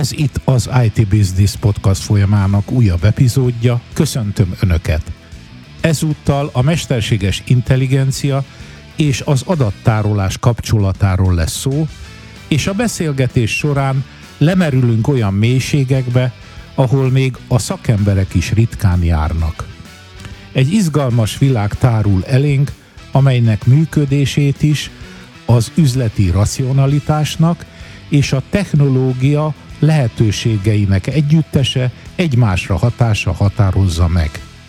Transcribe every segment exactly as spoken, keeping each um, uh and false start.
Ez itt az i té Business Podcast folyamának újabb epizódja. Köszöntöm Önöket! Ezúttal a mesterséges intelligencia és az adattárolás kapcsolatáról lesz szó, és a beszélgetés során lemerülünk olyan mélységekbe, ahol még a szakemberek is ritkán járnak. Egy izgalmas világ tárul elénk, amelynek működését is az üzleti racionalitásnak és a technológia lehetőségeinek együttese, egymásra hatása határozza meg.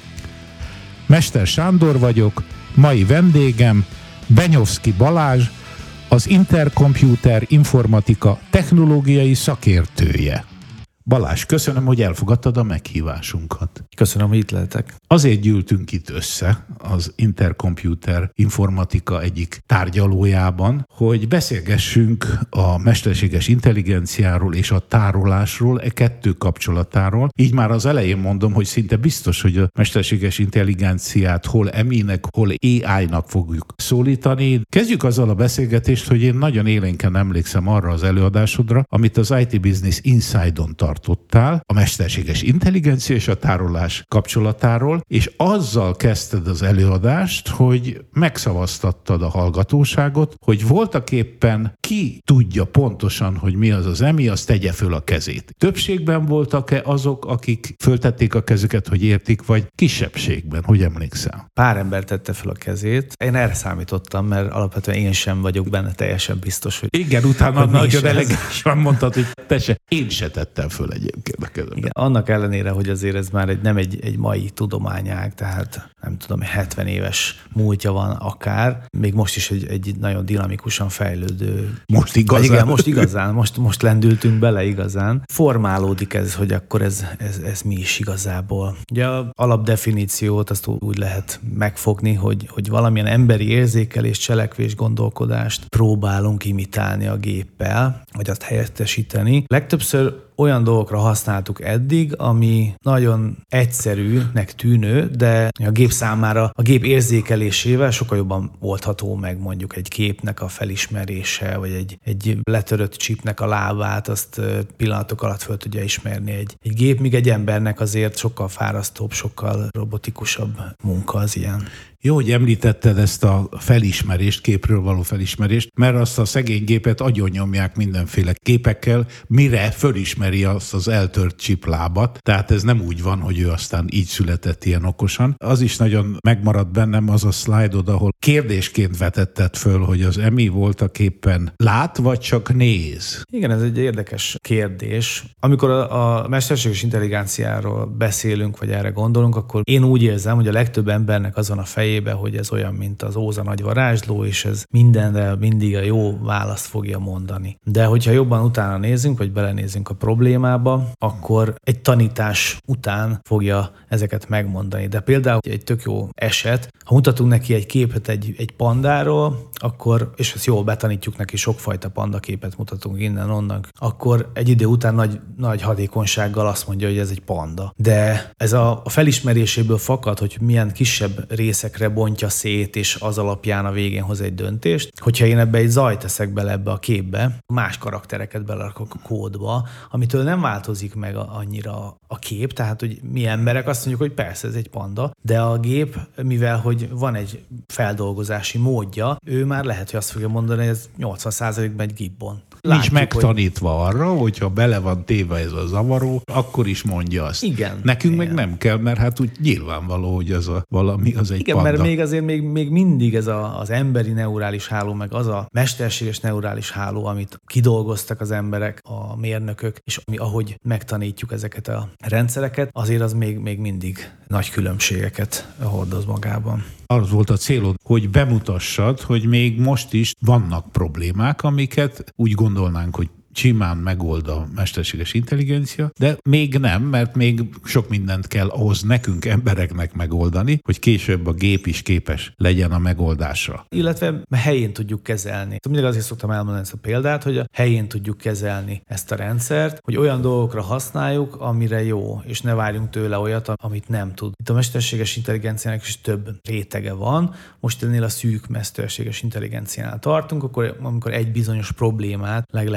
Mester Sándor vagyok, mai vendégem Benyovszky Balázs, az Intercomputer informatika technológiai szakértője. Balázs, köszönöm, hogy elfogadtad a meghívásunkat. Köszönöm, hogy itt lehetek. Azért gyűltünk itt össze az Intercomputer informatika egyik tárgyalójában, hogy beszélgessünk a mesterséges intelligenciáról és a tárolásról, e kettő kapcsolatáról. Így már az elején mondom, hogy szinte biztos, hogy a mesterséges intelligenciát hol em i-nek, hol á i-nak fogjuk szólítani. Kezdjük azzal a beszélgetést, hogy én nagyon élénken emlékszem arra az előadásodra, amit az i té Business Inside-on tart. tartottál a mesterséges intelligencia és a tárolás kapcsolatáról, és azzal kezdted az előadást, hogy megszavaztattad a hallgatóságot, hogy voltaképpen ki tudja pontosan, hogy mi az az em i, az tegye föl a kezét. Többségben voltak-e azok, akik föltették a kezüket, hogy értik, vagy kisebbségben? Hogy emlékszel? Pár ember tette föl a kezét. Én erre számítottam, mert alapvetően én sem vagyok benne teljesen biztos, hogy... Igen, utána nagyon elegánsan mondtad, hogy te se. Én se tettem föl egyébként a kezembe. Igen, annak ellenére, hogy azért ez már egy, nem egy, egy mai tudományág, tehát nem tudom, hetven éves múltja van akár, még most is egy, egy nagyon dinamikusan fejlődő... Most igazán? Igen, most igazán, most, most lendültünk bele igazán. Formálódik ez, hogy akkor ez, ez, ez mi is igazából. Ugye az alapdefiníciót azt úgy lehet megfogni, hogy, hogy valamilyen emberi érzékelés, cselekvés, gondolkodást próbálunk imitálni a géppel, vagy azt helyettesíteni. Legtöbbször olyan dolgokra használtuk eddig, ami nagyon egyszerűnek tűnő, de a gép számára a gép érzékelésével sokkal jobban oldható meg mondjuk egy képnek a felismerése, vagy egy, egy letörött csipnek a lábát, azt pillanatok alatt föl tudja ismerni egy, egy gép, míg egy embernek azért sokkal fárasztóbb, sokkal robotikusabb munka az ilyen. Jó, hogy említetted ezt a felismerést, képről való felismerést, mert azt a szegény gépet agyonnyomják mindenféle képekkel, mire fölismeri azt az eltört csiplábat. Tehát ez nem úgy van, hogy ő aztán így született ilyen okosan. Az is nagyon megmaradt bennem az a szlájdod, ahol kérdésként vetetted föl, hogy az em i voltaképpen lát, vagy csak néz. Igen, ez egy érdekes kérdés. Amikor a, a mesterséges intelligenciáról beszélünk, vagy erre gondolunk, akkor én úgy érzem, hogy a legtöbb embernek az van a fejében, hogy ez olyan, mint az Óza nagy varázsló, és ez mindenre mindig a jó választ fogja mondani. De hogyha jobban utána nézünk, vagy belenézünk a problémába, akkor egy tanítás után fogja ezeket megmondani. De például egy tök jó eset, ha mutatunk neki egy képet egy, egy pandáról, akkor, és ezt jól betanítjuk neki, sokfajta pandaképet mutatunk innen-onnan, akkor egy idő után nagy, nagy hatékonysággal azt mondja, hogy ez egy panda. De ez a, a felismeréséből fakad, hogy milyen kisebb részekre bontja szét, és az alapján a végén hoz egy döntést. Hogyha én ebbe egy zajt teszek bele ebbe a képbe, más karaktereket belerakok a kódba, amitől nem változik meg a, annyira a kép, tehát hogy mi emberek azt mondjuk, hogy persze ez egy panda, de a gép, mivel hogy van egy feldolgozási módja, ő már lehet, hogy azt fogja mondani, hogy ez nyolcvan százalékban egy gibbon. Nincs megtanítva hogy... arra, hogyha bele van téve ez a zavaró, akkor is mondja azt. Igen. Nekünk igen. meg nem kell, mert hát úgy nyilvánvaló, hogy az a valami, az egy igen, panda. Mert még azért még, még mindig ez a, az emberi neurális háló, meg az a mesterséges neurális háló, amit kidolgoztak az emberek, a mérnökök, és mi, ahogy megtanítjuk ezeket a rendszereket, azért az még, még mindig nagy különbségeket hordoz magában. Az volt a célod, hogy bemutassad, hogy még most is vannak problémák, amiket úgy gondolnánk, hogy simán megold a mesterséges intelligencia, de még nem, mert még sok mindent kell ahhoz nekünk, embereknek megoldani, hogy később a gép is képes legyen a megoldásra. Illetve helyén tudjuk kezelni. Mindig azért szoktam elmondani ezt a példát, hogy a helyén tudjuk kezelni ezt a rendszert, hogy olyan dolgokra használjuk, amire jó, és ne várjunk tőle olyat, amit nem tud. Itt a mesterséges intelligenciának is több rétege van. Most ennél a szűk mesterséges intelligenciánál tartunk, akkor amikor egy bizonyos problémát meg lehet oldani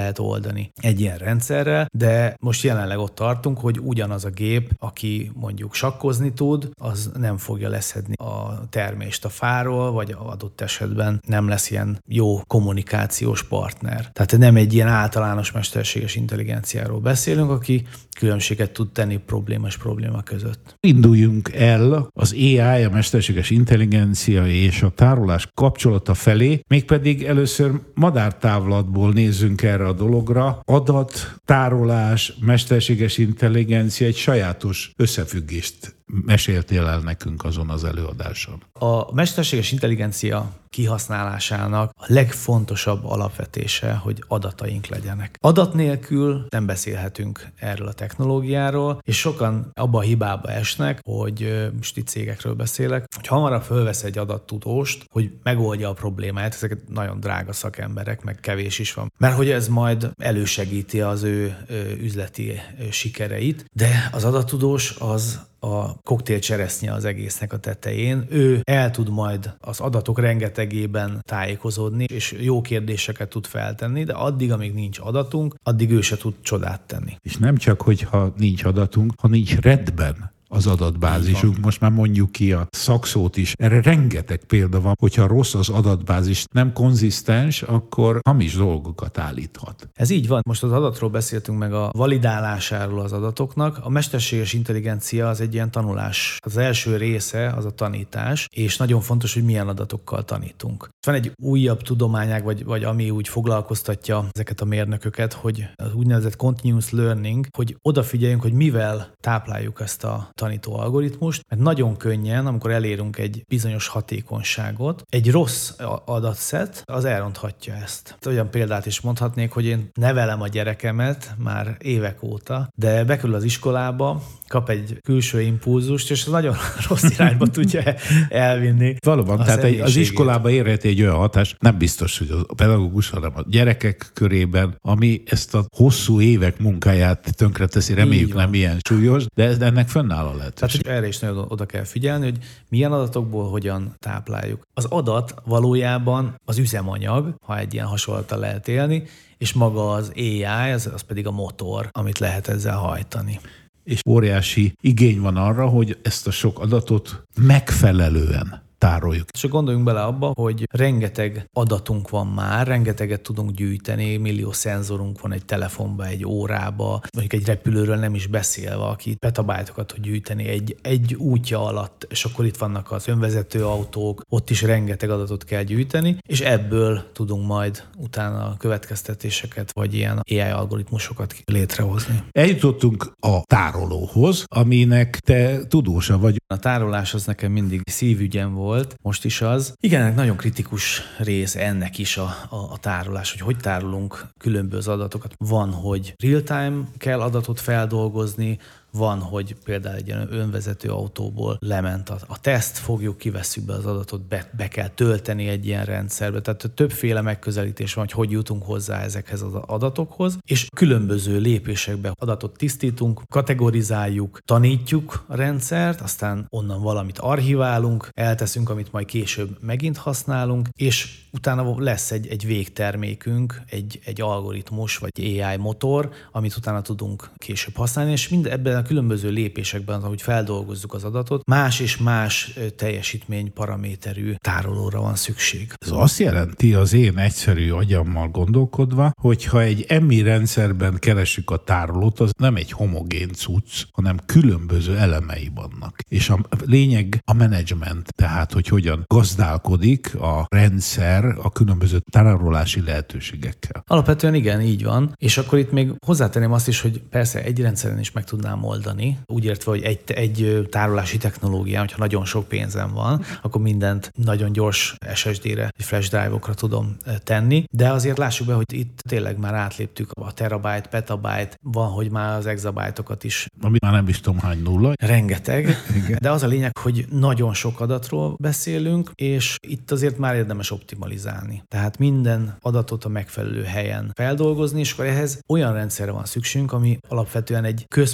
megoldani egy ilyen rendszerrel, de most jelenleg ott tartunk, hogy ugyanaz a gép, aki mondjuk sakkozni tud, az nem fogja leszedni a termést a fáról, vagy adott esetben nem lesz ilyen jó kommunikációs partner. Tehát nem egy ilyen általános mesterséges intelligenciáról beszélünk, aki különbséget tud tenni problémás probléma között. Induljunk el az á i, a mesterséges intelligencia és a tárolás kapcsolata felé, mégpedig először madártávlatból nézzünk erre a dologra. Adat, tárolás, mesterséges intelligencia egy sajátos összefüggést meséltél el nekünk azon az előadáson. A mesterséges intelligencia kihasználásának a legfontosabb alapvetése, hogy adataink legyenek. Adat nélkül nem beszélhetünk erről a technológiáról, és sokan abba a hibába esnek, hogy most itt cégekről beszélek, hogy hamarabb fölvesz egy adattudóst, hogy megoldja a problémáját, ezek nagyon drága szakemberek, meg kevés is van. Mert hogy ez majd elősegíti az ő üzleti sikereit, de az adattudós az a koktélcseresznye az egésznek a tetején. Ő el tud majd az adatok rengetegében tájékozódni, és jó kérdéseket tud feltenni, de addig, amíg nincs adatunk, addig ő se tud csodát tenni. És nem csak, hogyha nincs adatunk, ha nincs rendben az adatbázisunk. Most már mondjuk ki a szakszót is. Erre rengeteg példa van, hogyha rossz az adatbázis, nem konzisztens, akkor hamis dolgokat állíthat. Ez így van. Most az adatról beszéltünk, meg a validálásáról az adatoknak. A mesterséges intelligencia az egy ilyen tanulás. Az első része az a tanítás, és nagyon fontos, hogy milyen adatokkal tanítunk. Van egy újabb tudományág, vagy, vagy ami úgy foglalkoztatja ezeket a mérnököket, hogy az úgynevezett continuous learning, hogy odafigyeljünk, hogy mivel tápláljuk ezt a tanító algoritmust, mert nagyon könnyen, amikor elérünk egy bizonyos hatékonyságot, egy rossz adatszett, az elronthatja ezt. Olyan példát is mondhatnék, hogy én nevelem a gyerekemet már évek óta, de bekerül az iskolába, kap egy külső impulzust, és nagyon rossz irányba tudja elvinni. Valóban, tehát egy, az iskolába érhet egy olyan hatás, nem biztos, hogy a pedagógus, hanem a gyerekek körében, ami ezt a hosszú évek munkáját tönkreteszi, reméljük nem ilyen súlyos, de ennek fönnáll a lehetőség. Tehát, hogy erre is nagyon oda kell figyelni, hogy milyen adatokból hogyan tápláljuk. Az adat valójában az üzemanyag, ha egy ilyen hasonlattal lehet élni, és maga az á i, az, az pedig a motor, amit lehet ezzel hajtani. És óriási igény van arra, hogy ezt a sok adatot megfelelően tároljuk. Csak gondoljunk bele abba, hogy rengeteg adatunk van már, rengeteget tudunk gyűjteni, millió szenzorunk van egy telefonba, egy órába, mondjuk egy repülőről nem is beszélve, aki petabájtokat tud gyűjteni egy, egy útja alatt, és akkor itt vannak az önvezető autók, ott is rengeteg adatot kell gyűjteni, és ebből tudunk majd utána következtetéseket, vagy ilyen á i algoritmusokat létrehozni. Eljutottunk a tárolóhoz, aminek te tudósa vagy. A tárolás az nekem mindig szívügyem volt, volt, most is az. Igen, nagyon kritikus rész ennek is a, a, a tárolás, hogy hogy tárolunk különböző adatokat. Van, hogy real-time kell adatot feldolgozni, van, hogy például egy önvezető autóból lement a, a teszt, fogjuk, kivesszük be az adatot, be, be kell tölteni egy ilyen rendszerbe. Tehát többféle megközelítés van, hogy hogy jutunk hozzá ezekhez az adatokhoz, és különböző lépésekben adatot tisztítunk, kategorizáljuk, tanítjuk a rendszert, aztán onnan valamit archiválunk, elteszünk, amit majd később megint használunk, és utána lesz egy, egy végtermékünk, egy, egy algoritmus, vagy á i motor, amit utána tudunk később használni, és mind ebben a különböző lépésekben, ahogy feldolgozzuk az adatot, más és más teljesítmény paraméterű tárolóra van szükség. Ez azt jelenti az én egyszerű agyammal gondolkodva, hogyha egy em i rendszerben keresünk a tárolót, az nem egy homogén cucc, hanem különböző elemei vannak. És a lényeg a menedzsment, tehát hogy hogyan gazdálkodik a rendszer a különböző tárolási lehetőségekkel. Alapvetően igen, így van. És akkor itt még hozzátenném azt is, hogy persze egy rendszeren is meg tudnám oldani, úgy értve, hogy egy, egy tárolási technológia, hogyha nagyon sok pénzem van, akkor mindent nagyon gyors es es dé-re, flash drive-okra tudom tenni, de azért lássuk be, hogy itt tényleg már átléptük a terabyte, petabyte, van, hogy már az exabyte-okat is. Ami már nem is tudom hány nulla. Rengeteg, de az a lényeg, hogy nagyon sok adatról beszélünk, és itt azért már érdemes optimalizálni. Tehát minden adatot a megfelelő helyen feldolgozni, és akkor ehhez olyan rendszerre van szükségünk, ami alapvetően egy központi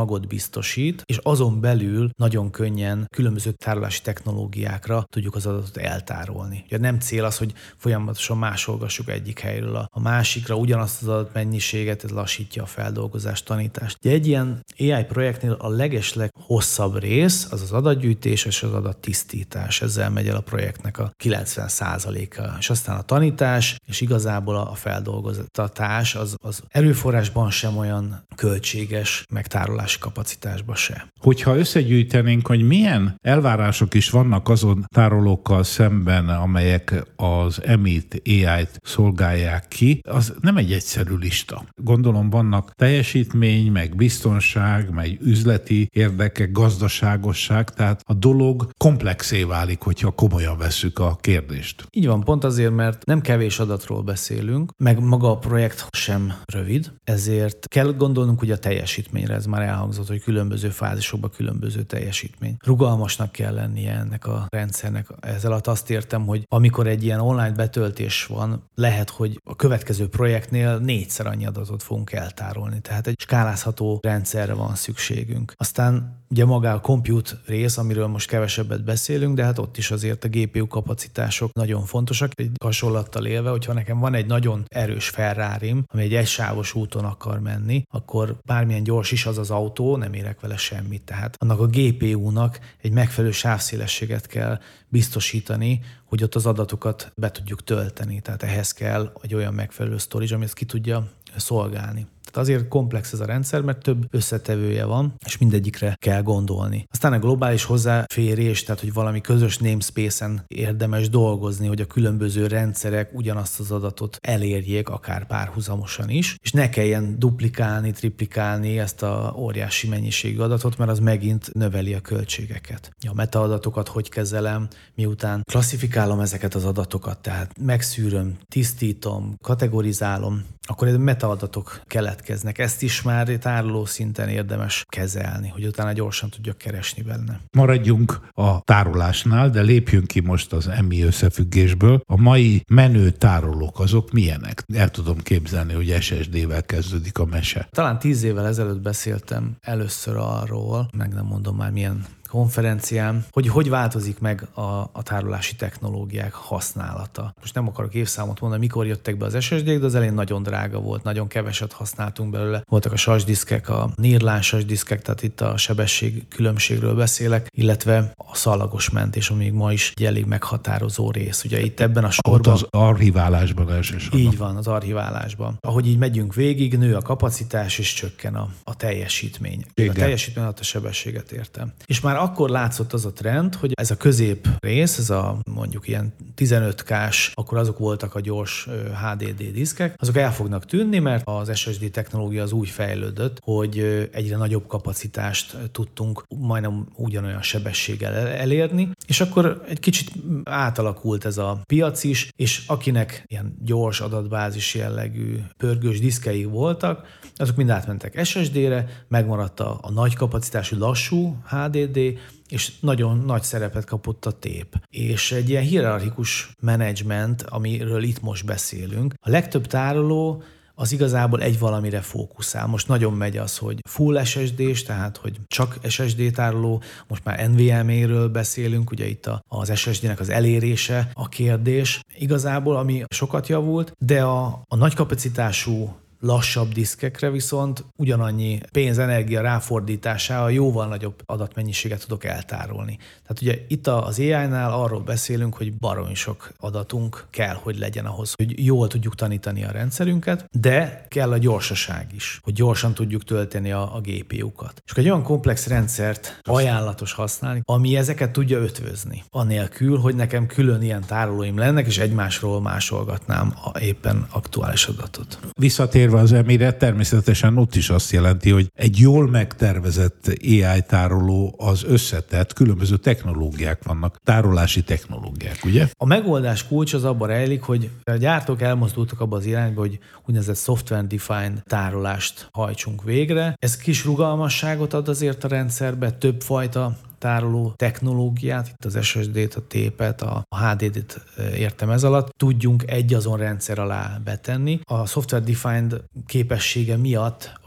magot biztosít, és azon belül nagyon könnyen különböző tárolási technológiákra tudjuk az adatot eltárolni. Ugye nem cél az, hogy folyamatosan másolgassuk egyik helyről a másikra ugyanazt az adatmennyiséget, ez lassítja a feldolgozást, tanítást. Ugye egy ilyen á i projektnél a legesleg hosszabb rész az az adatgyűjtés és az adattisztítás. Ezzel megy el a projektnek a kilencven százaléka. És aztán a tanítás, és igazából a feldolgoztatás az, az erőforrásban sem olyan költséges, meg tárolási kapacitásban se. Hogyha összegyűjtenénk, hogy milyen elvárások is vannak azon tárolókkal szemben, amelyek az emit á í-t szolgálják ki, az nem egy egyszerű lista. Gondolom vannak teljesítmény, meg biztonság, meg üzleti érdekek, gazdaságosság, tehát a dolog komplexé válik, hogyha komolyan vesszük a kérdést. Így van, pont azért, mert nem kevés adatról beszélünk, meg maga a projekt sem rövid, ezért kell gondolnunk ugye a teljesítményre, ez már elhangzott, hogy különböző fázisokban különböző teljesítmény. Rugalmasnak kell lennie ennek a rendszernek. Ezzel alatt azt értem, hogy amikor egy ilyen online betöltés van, lehet, hogy a következő projektnél négyszer annyi adatot fogunk eltárolni, tehát egy skálázható rendszerre van szükségünk. Aztán ugye maga a compute rész, amiről most kevesebbet beszélünk, de hát ott is azért a gé pé u kapacitások nagyon fontosak. Egy hasonlattal élve, hogyha nekem van egy nagyon erős Ferrarim, ami egy egysávos úton akar menni, akkor bármilyen gyors is az az autó, nem érek vele semmit. Tehát annak a gé pé u-nak egy megfelelő sávszélességet kell biztosítani, hogy ott az adatokat be tudjuk tölteni. Tehát ehhez kell egy olyan megfelelő storage, ami ezt ki tudja szolgálni. Tehát azért komplex ez a rendszer, mert több összetevője van, és mindegyikre kell gondolni. Aztán a globális hozzáférés, tehát hogy valami közös namespace-en érdemes dolgozni, hogy a különböző rendszerek ugyanazt az adatot elérjék, akár párhuzamosan is, és ne kelljen duplikálni, triplikálni ezt a óriási mennyiségű adatot, mert az megint növeli a költségeket. A metaadatokat hogy kezelem, miután klasszifikálom ezeket az adatokat, tehát megszűröm, tisztítom, kategorizálom, akkor ez metaadatok keletkeznek. Ezt is már tároló szinten érdemes kezelni, hogy utána gyorsan tudjak keresni benne. Maradjunk a tárolásnál, de lépjünk ki most az emmi összefüggésből. A mai menő tárolók azok milyenek? El tudom képzelni, hogy es es dé-vel kezdődik a mese. Talán tíz évvel ezelőtt beszéltem először arról, meg nem mondom már milyen konferencián, hogy hogy változik meg a, a tárolási technológiák használata. Most nem akarok évszámot mondani, mikor jöttek be az es es dé-k, de az elején nagyon drága volt, nagyon keveset használtunk belőle. Voltak a sasdiszkek, a nearline sasdiszkek, tehát itt a sebesség különbségről beszélek, illetve a szalagos mentés, ami ma is egy elég meghatározó rész. Ugye itt ebben a sorban... Ott az archiválásban elsősorban. Így van, az archiválásban. Ahogy így megyünk végig, nő a kapacitás és csökken a, a teljesítmény. Igen. A teljesítmény alatt a sebességet értem. És már akkor látszott az a trend, hogy ez a közép rész, ez a mondjuk ilyen tizenöt ká-s, akkor azok voltak a gyors há dé dé diszkek, azok el fognak tűnni, mert az es es dé technológia az úgy fejlődött, hogy egyre nagyobb kapacitást tudtunk majdnem ugyanolyan sebességgel elérni, és akkor egy kicsit átalakult ez a piac is, és akinek ilyen gyors adatbázis jellegű pörgős diszkei voltak, azok mind átmentek es es dé-re, megmaradt a, a nagy kapacitású lassú há dé dé, és nagyon nagy szerepet kapott a tép. És egy ilyen hierarchikus menedzsment, amiről itt most beszélünk, a legtöbb tároló az igazából egy valamire fókuszál. Most nagyon megy az, hogy full es es dés, tehát hogy csak es es dé tároló, most már en vé em é-ről beszélünk, ugye itt az es es dé-nek az elérése a kérdés. Igazából, ami sokat javult, de a, a nagy kapacitású lassabb diszkekre viszont ugyanannyi pénz-energia ráfordításával jóval nagyobb adatmennyiséget tudok eltárolni. Tehát ugye itt az á í-nál arról beszélünk, hogy baromi sok adatunk kell, hogy legyen ahhoz, hogy jól tudjuk tanítani a rendszerünket, de kell a gyorsaság is, hogy gyorsan tudjuk tölteni a, a gé pé u-kat. És egy olyan komplex rendszert ajánlatos használni, ami ezeket tudja ötvözni, anélkül, hogy nekem külön ilyen tárolóim lennek, és egymásról másolgatnám a éppen aktuális adatot. Visszatér az emire, természetesen ott is azt jelenti, hogy egy jól megtervezett á í tároló az összetett, különböző technológiák vannak, tárolási technológiák, ugye? A megoldás kulcs az abban rejlik, hogy a gyártók elmozdultak abba az irányba, hogy úgynevezett software-defined tárolást hajtsunk végre. Ez kis rugalmasságot ad azért a rendszerbe, többfajta tároló technológiát, itt az es es dé-t, a tépet, a há dé dé-t értem ez alatt, tudjunk egy azon rendszer alá betenni. A software-defined képessége miatt a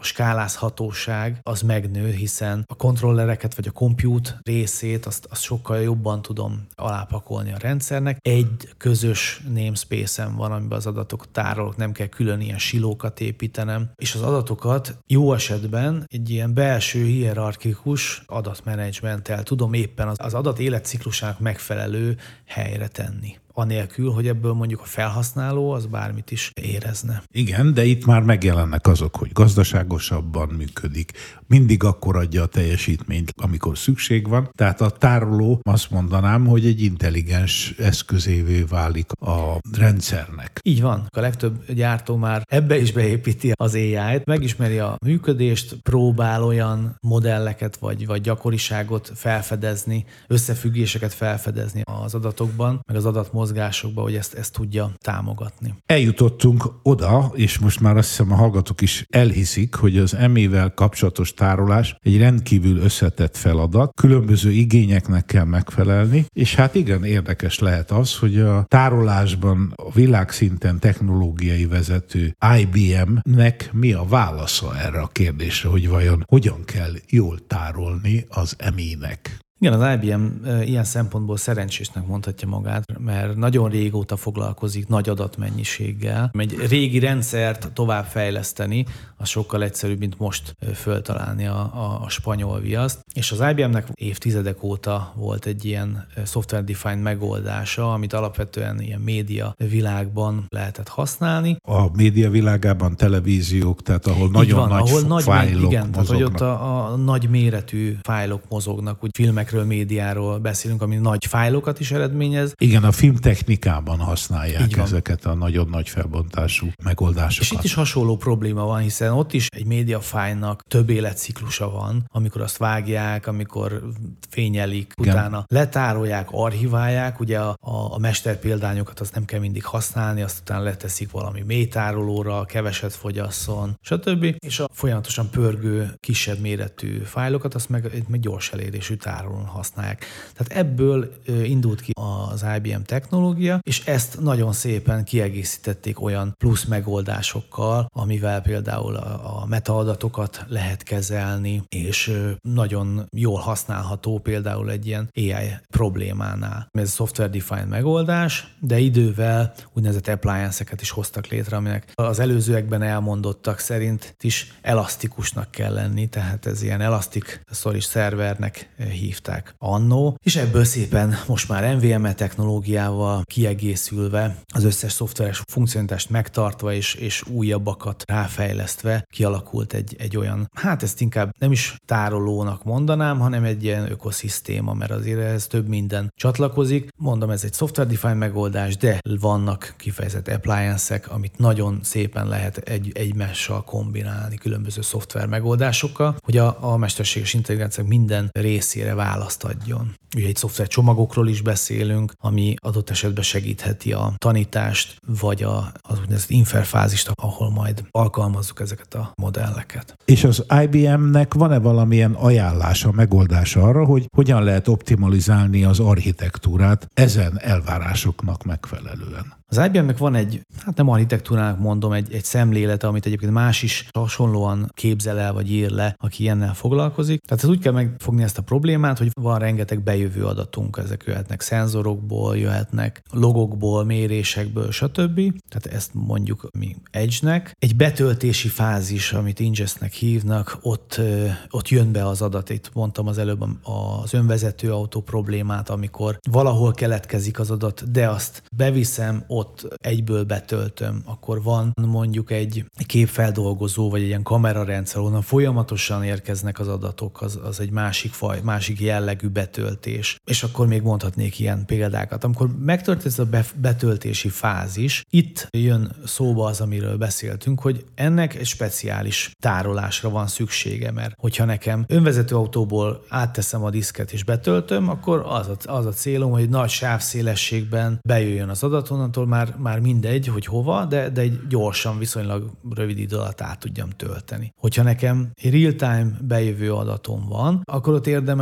skálázhatóság az megnő, hiszen a kontrollereket vagy a compute részét azt, azt sokkal jobban tudom alápakolni a rendszernek. Egy közös namespace-em van, amiben az adatok tárolok, nem kell külön ilyen silókat építenem, és az adatokat jó esetben egy ilyen belső hierarchikus adatmenedzsmenttel tudom éppen az, az adat életciklusának megfelelő helyre tenni. Anélkül, hogy ebből mondjuk a felhasználó az bármit is érezne. Igen, de itt már megjelennek azok, hogy gazdaságosabban működik. Mindig akkor adja a teljesítményt, amikor szükség van. Tehát a tároló, azt mondanám, hogy egy intelligens eszközévé válik a rendszernek. Így van. A legtöbb gyártó már ebbe is beépíti az á í-t, megismeri a működést, próbál olyan modelleket vagy, vagy gyakoriságot felfedezni, összefüggéseket felfedezni az adatokban, meg az adatmozgásokban, mozgásokba, hogy ezt, ezt tudja támogatni. Eljutottunk oda, és most már azt hiszem a hallgatók is elhiszik, hogy az em é-vel kapcsolatos tárolás egy rendkívül összetett feladat, különböző igényeknek kell megfelelni, és hát igen, érdekes lehet az, hogy a tárolásban a világszinten technológiai vezető i bé em-nek mi a válasza erre a kérdésre, hogy vajon hogyan kell jól tárolni az em é-nek. Igen, az i bé em ilyen szempontból szerencsésnek mondhatja magát, mert nagyon régóta foglalkozik nagy adatmennyiséggel. Egy régi rendszert továbbfejleszteni, az sokkal egyszerűbb, mint most föltalálni a, a, a spanyol viaszt. És az i bé em-nek évtizedek óta volt egy ilyen software-defined megoldása, amit alapvetően ilyen média világban lehetett használni. A média világában televíziók, tehát ahol nagyon van, nagy ahol nagy fájlok igen, mozognak. Tehát, hogy ott a, a nagy méretű fájlok mozognak, úgy filmekről, médiáról beszélünk, ami nagy fájlokat is eredményez. Igen, a filmtechnikában használják ezeket a nagyon nagy felbontású megoldásokat. És itt is hasonló probléma van, hiszen ott is egy médiafájlnak több életciklusa van, amikor azt vágják, amikor fényelik, igen. Utána letárolják, archiválják, ugye a, a, a mesterpéldányokat azt nem kell mindig használni, azt utána leteszik valami mélytárolóra, keveset fogyasszon, stb. És a folyamatosan pörgő, kisebb méretű fájlokat azt meg, meg gyors elérésű tárolón használják. Tehát ebből indult ki az i bé em technológia, és ezt nagyon szépen kiegészítették olyan plusz megoldásokkal, amivel például a, a metaadatokat lehet kezelni, és nagyon jól használható például egy ilyen á i problémánál. Ez software-defined megoldás, de idővel úgynevezett appliance-eket is hoztak létre, aminek az előzőekben elmondottak szerint is elasztikusnak kell lenni, tehát ez ilyen elastic storage szervernek hívták annó, és ebből szépen most már em vé em e technológiával kiegészülve, az összes szoftveres funkcionalitást megtartva és, és újabbakat ráfejlesztve kialakult egy, egy olyan, hát ezt inkább nem is tárolónak mondanám, hanem egy ilyen ökoszisztéma, mert azért ez több minden csatlakozik. Mondom, ez egy software-defined megoldás, de vannak kifejezett appliance-ek, amit nagyon szépen lehet egy, egymással kombinálni különböző szoftver megoldásokkal, hogy a, a mesterséges intelligencia minden részére választ adjon. Ugye egy szoftver csomagokról is beszélünk, ami adott esetben segítheti a tanítást, vagy a, az úgynevezett inferfázist, ahol majd alkalmazzuk ezeket a modelleket. És az i bé em-nek van-e valamilyen ajánlása, megoldása arra, hogy hogyan lehet optimalizálni az architektúrát ezen elvárásoknak megfelelően? Az i bé em-nek van egy, hát nem architektúrának mondom, egy, egy szemlélete, amit egyébként más is hasonlóan képzel el, vagy ír le, aki ilyennel foglalkozik. Tehát ez úgy kell megfogni ezt a problémát, hogy van rengeteg bejövő adatunk, ezek jöhetnek szenzorokból, jöhetnek logokból, mérésekből, stb. Tehát ezt mondjuk mi Edge-nek. Egy betöltési fázis, amit ingestnek hívnak, ott, ott jön be az adat. Itt mondtam az előbb az önvezető autó problémát, amikor valahol keletkezik az adat, de azt beviszem, ott egyből betöltöm, akkor van mondjuk egy képfeldolgozó, vagy egy ilyen kamerarendszer, onnan folyamatosan érkeznek az adatok, az, az egy másik faj, másik jellegű betöltés. És akkor még mondhatnék ilyen példákat. Amikor megtörtént ez a betöltési fázis, itt jön szóba az, amiről beszéltünk, hogy ennek egy speciális tárolásra van szüksége, mert hogyha nekem önvezető autóból átteszem a diszket és betöltöm, akkor az a, az a célom, hogy nagy sávszélességben bejöjjön az adat, onnantól már, már mindegy, hogy hova, de, de egy gyorsan, viszonylag rövid idő alatt át tudjam tölteni. Hogyha nekem real-time bejövő adatom van, akkor ott érdemes valami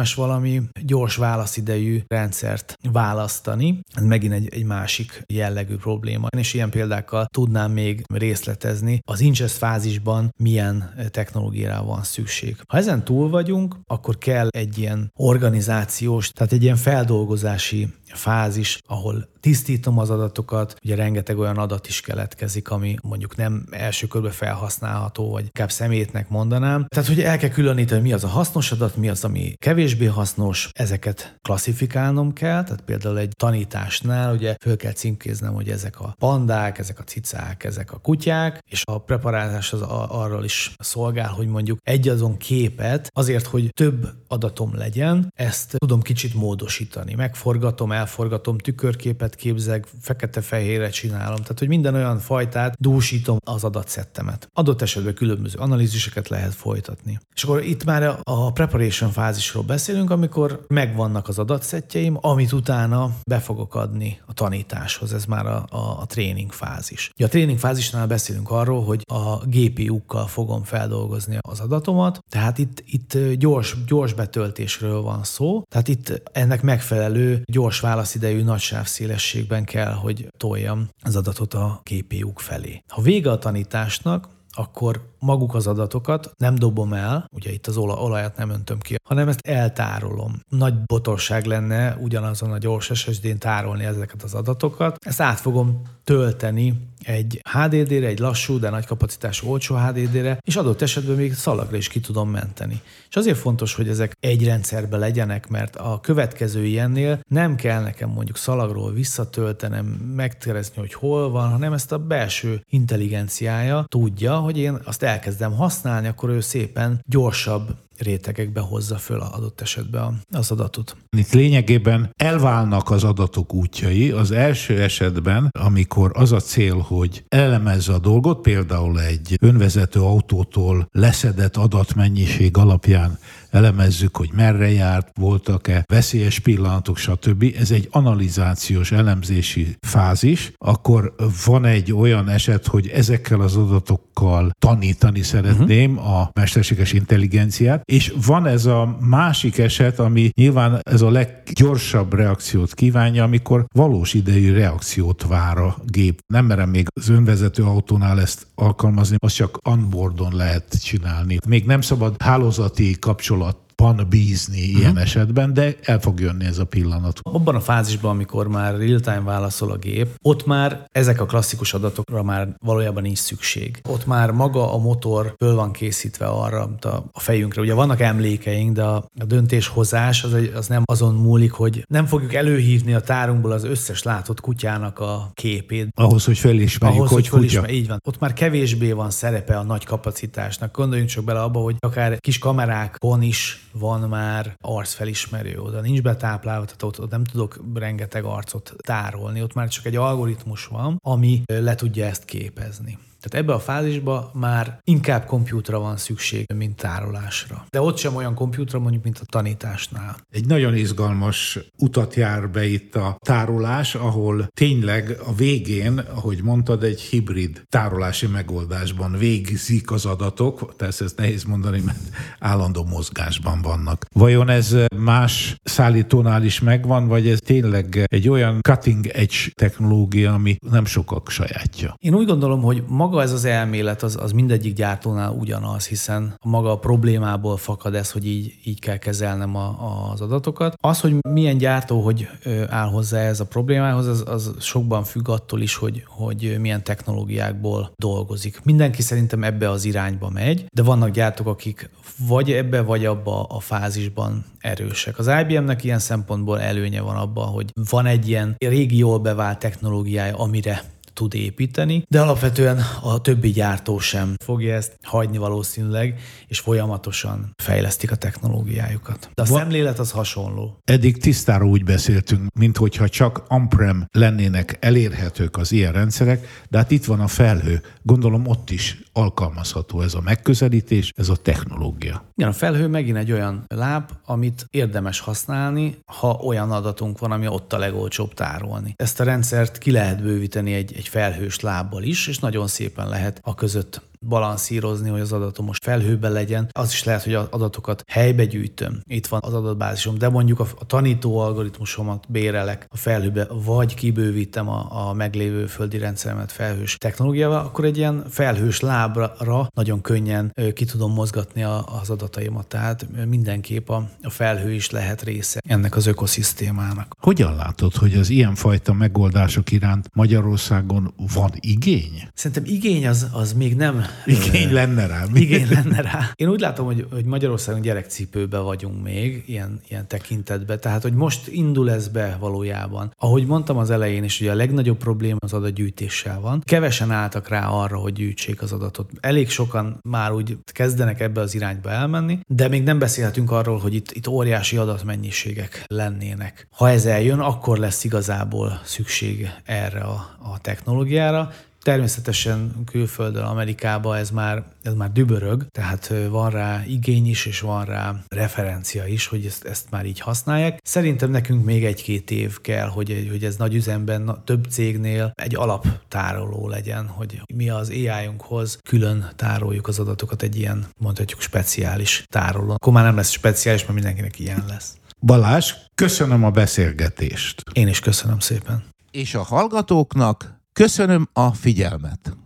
valami gyors válaszidejű rendszert választani. Ez megint egy, egy másik jellegű probléma. És ilyen példákkal tudnám még részletezni, az ingest fázisban milyen technológiára van szükség. Ha ezen túl vagyunk, akkor kell egy ilyen organizációs, tehát egy ilyen feldolgozási fázis, ahol tisztítom az adatokat, ugye rengeteg olyan adat is keletkezik, ami mondjuk nem első körben felhasználható, vagy inkább szemétnek mondanám. Tehát, hogy el kell különíteni, mi az a hasznos adat, mi az, ami kevésbé hasznos, ezeket klasszifikálnom kell, tehát például egy tanításnál ugye föl kell címkéznem, hogy ezek a pandák, ezek a cicák, ezek a kutyák, és a preparálás az arról is szolgál, hogy mondjuk egy azon képet, azért, hogy több adatom legyen, ezt tudom kicsit módosítani, megforgatom, elforgatom, tükörképet képzek, fekete-fehérre csinálom, tehát hogy minden olyan fajtát dúsítom az adatszettemet. Adott esetben különböző analíziseket lehet folytatni. És akkor itt már a preparation fázisról beszélünk, amikor megvannak az adatszettjeim, amit utána be fogok adni a tanításhoz. Ez már a, a, a tréning fázis. Ja, a tréning fázisnál beszélünk arról, hogy a gé pé u-kkal fogom feldolgozni az adatomat, tehát itt, itt gyors, gyors betöltésről van szó, tehát itt ennek megfelelő gyors válaszidejű nagy sávszélességben kell, hogy toljam az adatot a gé pé u-k felé. Ha vége a tanításnak, akkor maguk az adatokat nem dobom el, ugye itt az olajat nem öntöm ki, hanem ezt eltárolom. Nagy botorság lenne ugyanazon a gyors es es dén tárolni ezeket az adatokat. Ezt át fogom tölteni egy há dé dére, egy lassú, de nagy kapacitású olcsó há dé dére, és adott esetben még szalagra is ki tudom menteni. És azért fontos, hogy ezek egy rendszerben legyenek, mert a következő ilyennél nem kell nekem mondjuk szalagról visszatöltenem, megkeresni, hogy hol van, hanem ezt a belső intelligenciája tudja, hogy én azt elkezdem használni, akkor ő szépen gyorsabb rétegekbe hozza föl adott esetben az adatot. Itt lényegében elválnak az adatok útjai. Az első esetben, amikor az a cél, hogy elemezze a dolgot, például egy önvezető autótól leszedett adatmennyiség alapján elemezzük, hogy merre járt, voltak-e veszélyes pillanatok, stb. Ez egy analizációs, elemzési fázis. Akkor van egy olyan eset, hogy ezekkel az adatokkal tanítani szeretném uh-huh. a mesterséges intelligenciát, és van ez a másik eset, ami nyilván ez a leggyorsabb reakciót kívánja, amikor valós idejű reakciót vár a gép. Nem merem még az önvezető autónál ezt alkalmazni, azt csak onboardon lehet csinálni. Még nem szabad hálózati kapcsolat van bízni uh-huh. ilyen esetben, de el fog jönni ez a pillanat. Abban a fázisban, amikor már real-time válaszol a gép, ott már ezek a klasszikus adatokra már valójában nincs szükség. Ott már maga a motor föl van készítve arra a fejünkre. Ugye vannak emlékeink, de a döntéshozás az, az nem azon múlik, hogy nem fogjuk előhívni a tárunkból az összes látott kutyának a képét. Ahhoz, hogy felismerjük, Ahhoz, hogy, hogy kutya. Felismer, így van. Ott már kevésbé van szerepe a nagy kapacitásnak. Gondoljunk csak bele abba, hogy akár kis kamerákon is van már arcfelismerő, oda nincs betáplálva, tehát ott, ott nem tudok rengeteg arcot tárolni, ott már csak egy algoritmus van, ami le tudja ezt képezni. Tehát ebbe a fázisba már inkább kompjútra van szükség, mint tárolásra. De ott sem olyan kompjútra mondjuk, mint a tanításnál. Egy nagyon izgalmas utat jár be itt a tárolás, ahol tényleg a végén, ahogy mondtad, egy hibrid tárolási megoldásban végzik az adatok, tehát ezt nehéz mondani, mert állandó mozgásban vannak. Vajon ez más szállítónál is megvan, vagy ez tényleg egy olyan cutting edge technológia, ami nem sokak sajátja? Én úgy gondolom, hogy maga ez az elmélet az, az mindegyik gyártónál ugyanaz, hiszen a maga a problémából fakad ez, hogy így, így kell kezelnem a, az adatokat. Az, hogy milyen gyártó hogy áll hozzá ez a problémához, az, az sokban függ attól is, hogy, hogy milyen technológiákból dolgozik. Mindenki szerintem ebbe az irányba megy, de vannak gyártók, akik vagy ebbe, vagy abba a fázisban erősek. Az i bé em-nek ilyen szempontból előnye van abban, hogy van egy ilyen régi jól bevált technológiája, amire tud építeni, de alapvetően a többi gyártó sem fogja ezt hagyni valószínűleg, és folyamatosan fejlesztik a technológiájukat. De a Va- szemlélet az hasonló. Eddig tisztára úgy beszéltünk, minthogyha csak on-prem lennének elérhetők az ilyen rendszerek, de hát itt van a felhő. Gondolom ott is alkalmazható ez a megközelítés, ez a technológia. Igen, a felhő megint egy olyan láb, amit érdemes használni, ha olyan adatunk van, ami ott a legolcsóbb tárolni. Ezt a rendszert ki lehet bővíteni egy, egy felhős lábbal is, és nagyon szépen lehet a között balanszírozni, hogy az adatom most felhőben legyen. Az is lehet, hogy az adatokat helybe gyűjtöm. Itt van az adatbázisom, de mondjuk a, a tanító algoritmusomat bérelek a felhőbe, vagy kibővítem a, a meglévő földi rendszeremet felhős technológiával, akkor egy ilyen felhős lábra nagyon könnyen ki tudom mozgatni a, az adataimat. Tehát mindenképp a, a felhő is lehet része ennek az ökoszisztémának. Hogyan látod, hogy az ilyenfajta megoldások iránt Magyarországon van igény? Szerintem igény az, az még nem... Igény lenne rá. Igény lenne rá. Én úgy látom, hogy, hogy Magyarországon gyerekcipőbe vagyunk még ilyen, ilyen tekintetben. Tehát, hogy most indul ez be valójában. Ahogy mondtam az elején is, hogy a legnagyobb probléma az adatgyűjtéssel van. Kevesen álltak rá arra, hogy gyűjtsék az adatot. Elég sokan már úgy kezdenek ebbe az irányba elmenni, de még nem beszélhetünk arról, hogy itt, itt óriási adatmennyiségek lennének. Ha ez eljön, akkor lesz igazából szükség erre a, a technológiára. Természetesen külföldön, Amerikában ez már, ez már dübörög, tehát van rá igény is, és van rá referencia is, hogy ezt, ezt már így használják. Szerintem nekünk még egy-két év kell, hogy, hogy ez nagy üzemben, több cégnél egy alaptároló legyen, hogy mi az á í-unkhoz külön tároljuk az adatokat egy ilyen, mondhatjuk, speciális tárolón. Akkor már nem lesz speciális, mert mindenkinek ilyen lesz. Balázs, köszönöm a beszélgetést. Én is köszönöm szépen. És a hallgatóknak köszönöm a figyelmet.